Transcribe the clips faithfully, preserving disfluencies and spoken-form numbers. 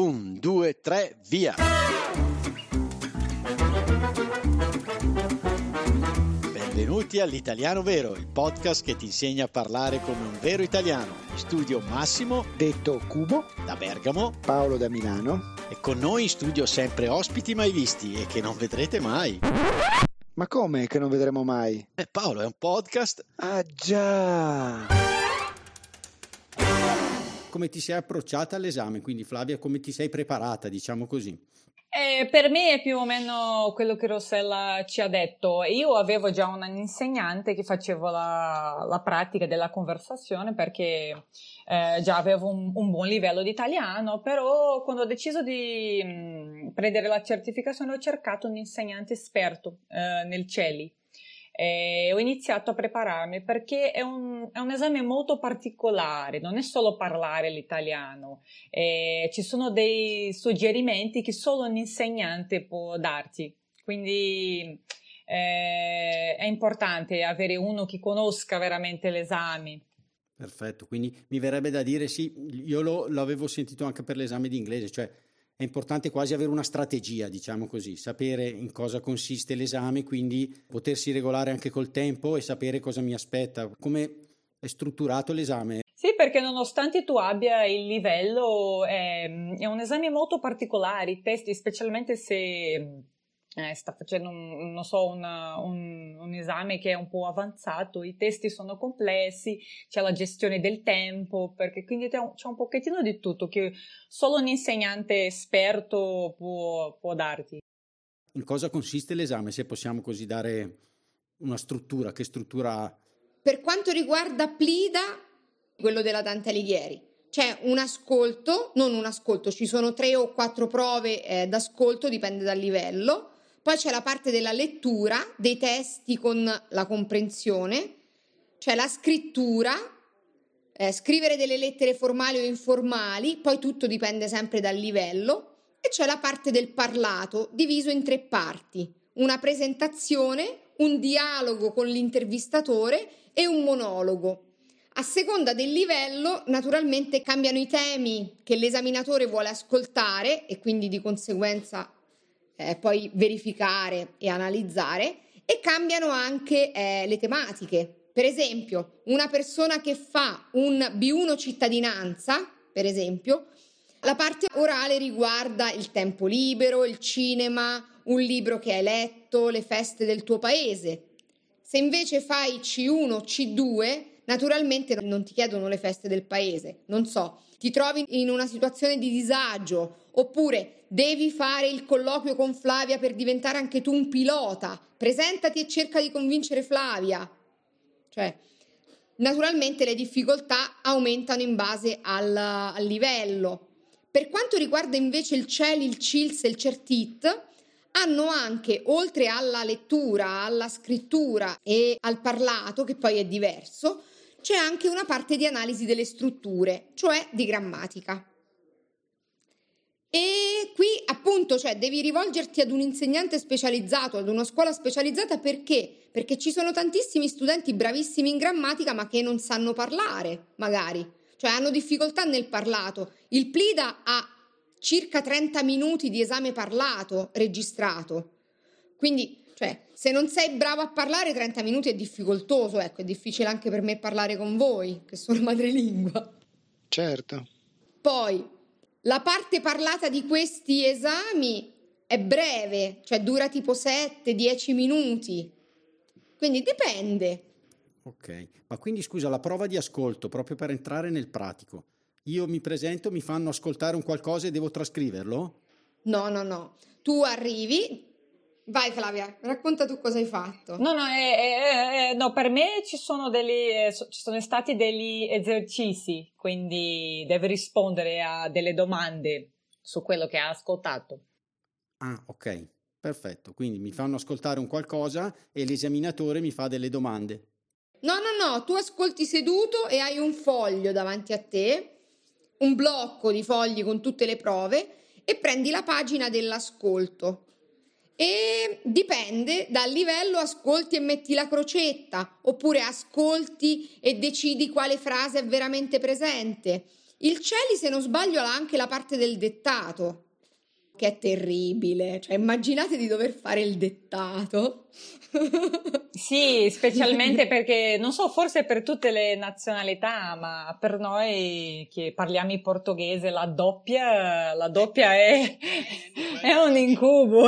Un, due, tre, via! Benvenuti all'Italiano Vero, il podcast che ti insegna a parlare come un vero italiano. In studio Massimo, detto Cubo, da Bergamo, Paolo da Milano, e con noi in studio sempre ospiti mai visti e che non vedrete mai. Ma come che non vedremo mai? Eh, Paolo, è un podcast. Ah già! Come ti sei approcciata all'esame? Quindi Flavia, come ti sei preparata, diciamo così? Eh, per me è più o meno quello che Rossella ci ha detto. Io avevo già un insegnante che facevo la, la pratica della conversazione perché eh, già avevo un, un buon livello di italiano, però quando ho deciso di mh, prendere la certificazione ho cercato un insegnante esperto eh, nel C E L I. E ho iniziato a prepararmi perché è un, è un esame molto particolare, non è solo parlare l'italiano, eh, ci sono dei suggerimenti che solo un insegnante può darti, quindi eh, è importante avere uno che conosca veramente l'esame. Perfetto, quindi mi verrebbe da dire sì, io lo, l'avevo sentito anche per l'esame di inglese, cioè è importante quasi avere una strategia, diciamo così, sapere in cosa consiste l'esame, quindi potersi regolare anche col tempo e sapere cosa mi aspetta. Come è strutturato l'esame? Sì, perché nonostante tu abbia il livello, è, è un esame molto particolare, i testi, specialmente se eh, sta facendo, un, non so, una, un, un esame che è un po' avanzato, i testi sono complessi, c'è la gestione del tempo, perché quindi c'è un, c'è un pochettino di tutto che solo un insegnante esperto può, può darti. In cosa consiste l'esame, se possiamo così dare una struttura? Che struttura ha? Per quanto riguarda Plida, quello della Dante Alighieri, c'è un ascolto, non un ascolto, ci sono tre o quattro prove eh, d'ascolto, dipende dal livello. Poi c'è la parte della lettura, dei testi con la comprensione, c'è la scrittura, eh, scrivere delle lettere formali o informali, poi tutto dipende sempre dal livello, e c'è la parte del parlato, diviso in tre parti, una presentazione, un dialogo con l'intervistatore e un monologo. A seconda del livello, naturalmente cambiano i temi che l'esaminatore vuole ascoltare e quindi di conseguenza Eh, poi verificare e analizzare, e cambiano anche eh, le tematiche. Per esempio, una persona che fa un B uno cittadinanza, per esempio, la parte orale riguarda il tempo libero, il cinema, un libro che hai letto, le feste del tuo paese. Se invece fai C uno, C due, naturalmente non ti chiedono le feste del paese, non so, ti trovi in una situazione di disagio, oppure devi fare il colloquio con Flavia per diventare anche tu un pilota, presentati e cerca di convincere Flavia. Cioè, naturalmente le difficoltà aumentano in base al, al livello. Per quanto riguarda invece il C E L I, il C I L S e il CERTIT, hanno anche, oltre alla lettura, alla scrittura e al parlato, che poi è diverso, c'è anche una parte di analisi delle strutture, cioè di grammatica. E qui appunto, cioè, devi rivolgerti ad un insegnante specializzato, ad una scuola specializzata, perché? Perché ci sono tantissimi studenti bravissimi in grammatica ma che non sanno parlare, magari, cioè hanno difficoltà nel parlato. Il Plida ha circa trenta minuti di esame parlato registrato, quindi, cioè, se non sei bravo a parlare trenta minuti è difficoltoso, ecco, è difficile anche per me parlare con voi, che sono madrelingua. Certo. Poi, la parte parlata di questi esami è breve, cioè dura tipo sette dieci minuti, quindi dipende. Ok, ma quindi scusa, la prova di ascolto, proprio per entrare nel pratico, io mi presento, mi fanno ascoltare un qualcosa e devo trascriverlo? No, no, no, tu arrivi, vai Flavia, racconta tu cosa hai fatto. No, no, eh, eh, eh, no, per me ci sono degli, eh, so- ci sono stati degli esercizi, quindi devi rispondere a delle domande su quello che ha ascoltato. Ah, ok, perfetto, quindi mi fanno ascoltare un qualcosa e l'esaminatore mi fa delle domande. No, no, no, tu ascolti seduto e hai un foglio davanti a te, un blocco di fogli con tutte le prove, e prendi la pagina dell'ascolto. E dipende dal livello, ascolti e metti la crocetta, oppure ascolti e decidi quale frase è veramente presente. Il Celi, se non sbaglio, ha anche la parte del dettato, che è terribile. Cioè, immaginate di dover fare il dettato. Sì, specialmente perché, non so, forse per tutte le nazionalità, ma per noi che parliamo il portoghese, la doppia, la doppia è, è un incubo.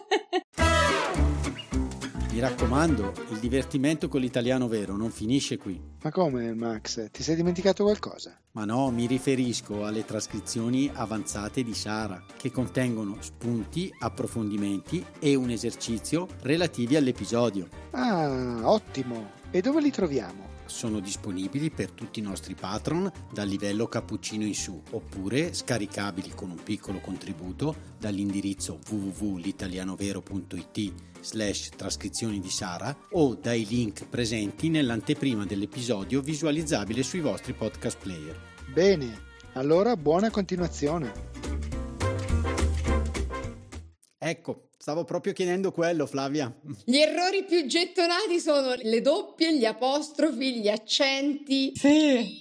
Mi raccomando, il divertimento con l'italiano vero non finisce qui. Ma come, Max? Ti sei dimenticato qualcosa? Ma no, mi riferisco alle trascrizioni avanzate di Sara, che contengono spunti, approfondimenti e un esercizio relativi all'episodio. Ah, ottimo! E dove li troviamo? Sono disponibili per tutti i nostri patron dal livello cappuccino in su, oppure scaricabili con un piccolo contributo dall'indirizzo w w w punto l'italianovero punto i t slash trascrizioni di Sara o dai link presenti nell'anteprima dell'episodio visualizzabile sui vostri podcast player. Bene, allora buona continuazione. Ecco, stavo proprio chiedendo quello, Flavia. Gli errori più gettonati sono le doppie, gli apostrofi, gli accenti. Sì.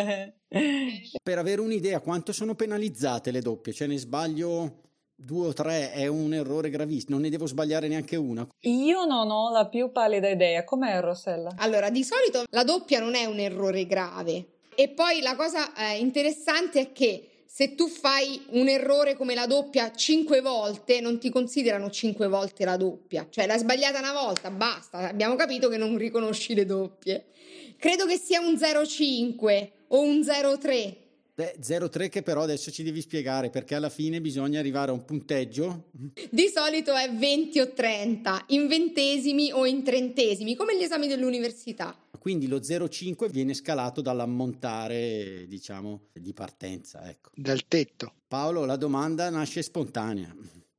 Per avere un'idea quanto sono penalizzate le doppie, cioè ne sbaglio due o tre, è un errore gravissimo, non ne devo sbagliare neanche una. Io non ho la più pallida idea. Com'è, Rossella? Allora, di solito la doppia non è un errore grave. E poi la cosa eh, interessante è che se tu fai un errore come la doppia cinque volte, non ti considerano cinque volte la doppia. Cioè, l'hai sbagliata una volta, basta, abbiamo capito che non riconosci le doppie. Credo che sia un zero virgola cinque o un zero virgola tre. Beh, zero virgola tre che però adesso ci devi spiegare, perché alla fine bisogna arrivare a un punteggio. Di solito è venti o trenta, in ventesimi o in trentesimi, come gli esami dell'università. Quindi lo zero virgola cinque viene scalato dall'ammontare, diciamo, di partenza, ecco. Dal tetto. Paolo, la domanda nasce spontanea.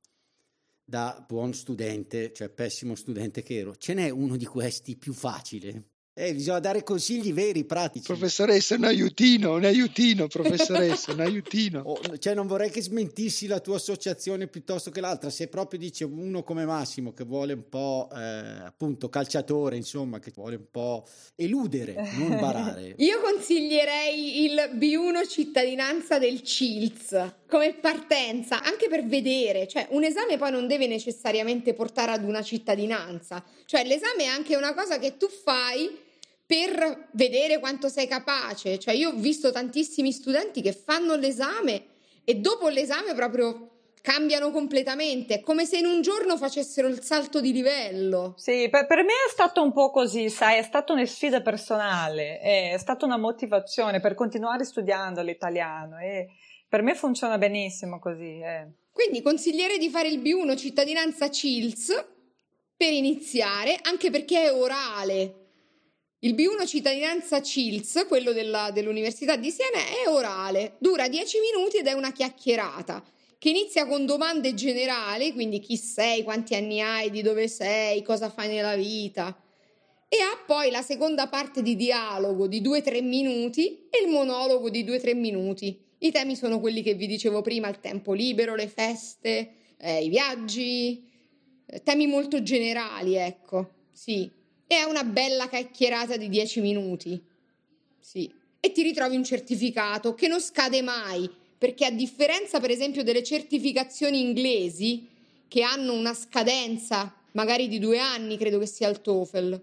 Da buon studente, cioè pessimo studente che ero, ce n'è uno di questi più facile? Eh, bisogna dare consigli veri, pratici. Professoressa, un aiutino, un aiutino, professoressa, un aiutino. Oh, cioè non vorrei che smentissi la tua associazione piuttosto che l'altra, se proprio dice uno come Massimo che vuole un po' eh, appunto calciatore, insomma, che vuole un po' eludere, non barare. Io consiglierei il B uno cittadinanza del C I L S come partenza, anche per vedere, cioè un esame poi non deve necessariamente portare ad una cittadinanza, cioè l'esame è anche una cosa che tu fai per vedere quanto sei capace. Cioè io ho visto tantissimi studenti che fanno l'esame e dopo l'esame proprio cambiano completamente, è come se in un giorno facessero il salto di livello. Sì, per, per me è stato un po' così, sai, è stata una sfida personale, è stata una motivazione per continuare studiando l'italiano e per me funziona benissimo così. Eh. Quindi consiglierei di fare il B uno cittadinanza C I L S per iniziare, anche perché è orale. Il B uno cittadinanza C I L S, quello della, dell'Università di Siena, è orale, dura dieci minuti ed è una chiacchierata che inizia con domande generali, quindi chi sei, quanti anni hai, di dove sei, cosa fai nella vita, e ha poi la seconda parte di dialogo di due tre minuti e il monologo di due tre minuti. I temi sono quelli che vi dicevo prima, il tempo libero, le feste, eh, i viaggi, eh, temi molto generali, ecco, sì. E è una bella chiacchierata di dieci minuti, sì. E ti ritrovi un certificato che non scade mai, perché a differenza per esempio delle certificazioni inglesi, che hanno una scadenza magari di due anni, credo che sia il TOEFL,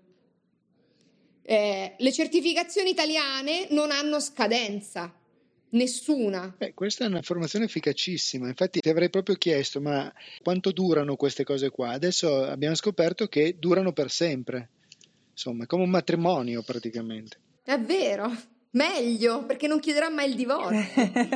eh, le certificazioni italiane non hanno scadenza. Nessuna. Beh, questa è una formazione efficacissima, infatti ti avrei proprio chiesto ma quanto durano queste cose qua? Adesso abbiamo scoperto che durano per sempre, insomma è come un matrimonio praticamente. È vero, meglio, perché non chiederà mai il divorzio.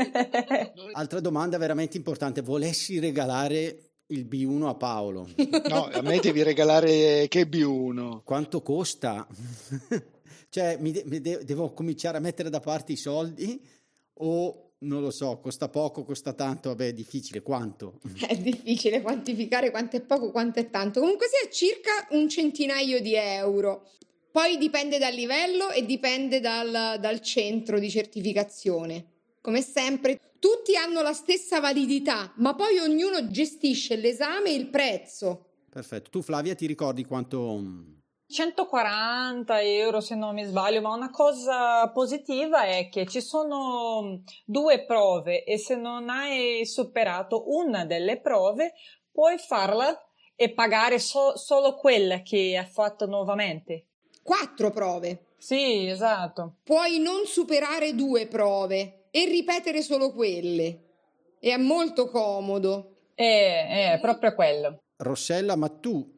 Altra domanda veramente importante, volessi regalare il B uno a Paolo? No, a me devi regalare che B uno? Quanto costa? Cioè mi de- mi de- devo cominciare a mettere da parte i soldi? O non lo so, costa poco, costa tanto, vabbè è difficile, quanto? È difficile quantificare quanto è poco, quanto è tanto, comunque sia circa un centinaio di euro, poi dipende dal livello e dipende dal, dal centro di certificazione. Come sempre tutti hanno la stessa validità, ma poi ognuno gestisce l'esame e il prezzo. Perfetto, tu Flavia ti ricordi quanto, centoquaranta euro se non mi sbaglio, ma una cosa positiva è che ci sono due prove e se non hai superato una delle prove puoi farla e pagare so- solo quella che hai fatto nuovamente. Quattro prove. Sì, esatto. Puoi non superare due prove e ripetere solo quelle. E è molto comodo. È, è proprio quello. Rossella, ma tu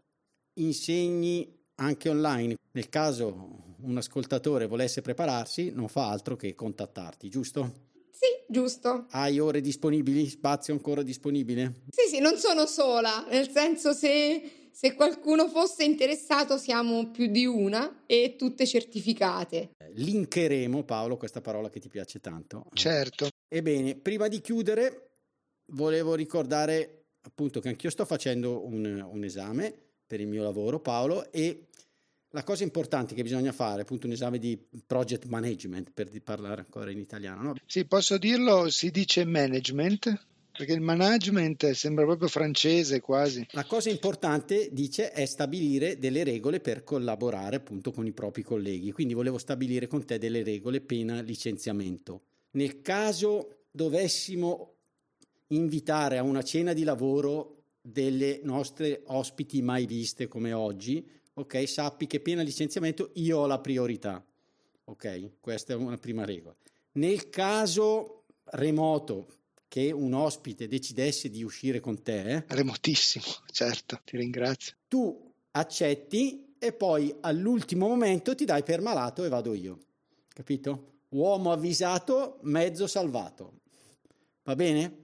insegni anche online? Nel caso un ascoltatore volesse prepararsi, non fa altro che contattarti, giusto? Sì, giusto. Hai ore disponibili? Spazio ancora disponibile? Sì, sì, non sono sola, nel senso se, se qualcuno fosse interessato siamo più di una e tutte certificate. Linkeremo, Paolo, questa parola che ti piace tanto. Certo. Ebbene, prima di chiudere volevo ricordare appunto che anch'io sto facendo un, un esame per il mio lavoro, Paolo, e la cosa importante che bisogna fare è appunto un esame di project management, per parlare ancora in italiano, no? Sì, posso dirlo, si dice management, perché il management sembra proprio francese quasi. La cosa importante, dice, è stabilire delle regole per collaborare appunto con i propri colleghi, quindi volevo stabilire con te delle regole pena licenziamento. Nel caso dovessimo invitare a una cena di lavoro delle nostre ospiti mai viste come oggi, ok, sappi che pena licenziamento io ho la priorità, ok, questa è una prima regola. Nel caso remoto che un ospite decidesse di uscire con te, remotissimo, certo, ti ringrazio, tu accetti e poi all'ultimo momento ti dai per malato e vado io, capito? Uomo avvisato, mezzo salvato, va bene?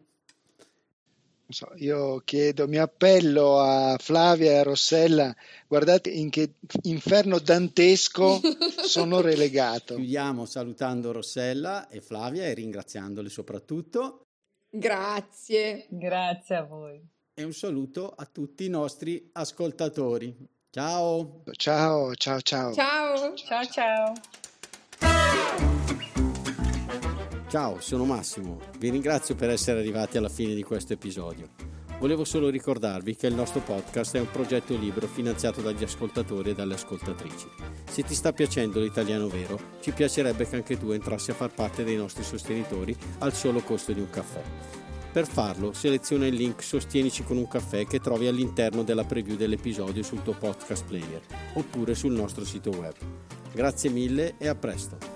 So, io chiedo, mi appello a Flavia e a Rossella, guardate in che inferno dantesco sono relegato. Chiudiamo salutando Rossella e Flavia e ringraziandole soprattutto. Grazie. Grazie a voi. E un saluto a tutti i nostri ascoltatori. Ciao. Ciao, ciao, ciao. Ciao. Ciao, ciao. Ciao, sono Massimo. Vi ringrazio per essere arrivati alla fine di questo episodio. Volevo solo ricordarvi che il nostro podcast è un progetto libero finanziato dagli ascoltatori e dalle ascoltatrici. Se ti sta piacendo l'italiano vero, ci piacerebbe che anche tu entrassi a far parte dei nostri sostenitori al solo costo di un caffè. Per farlo, seleziona il link Sostienici con un caffè che trovi all'interno della preview dell'episodio sul tuo podcast player oppure sul nostro sito web. Grazie mille e a presto!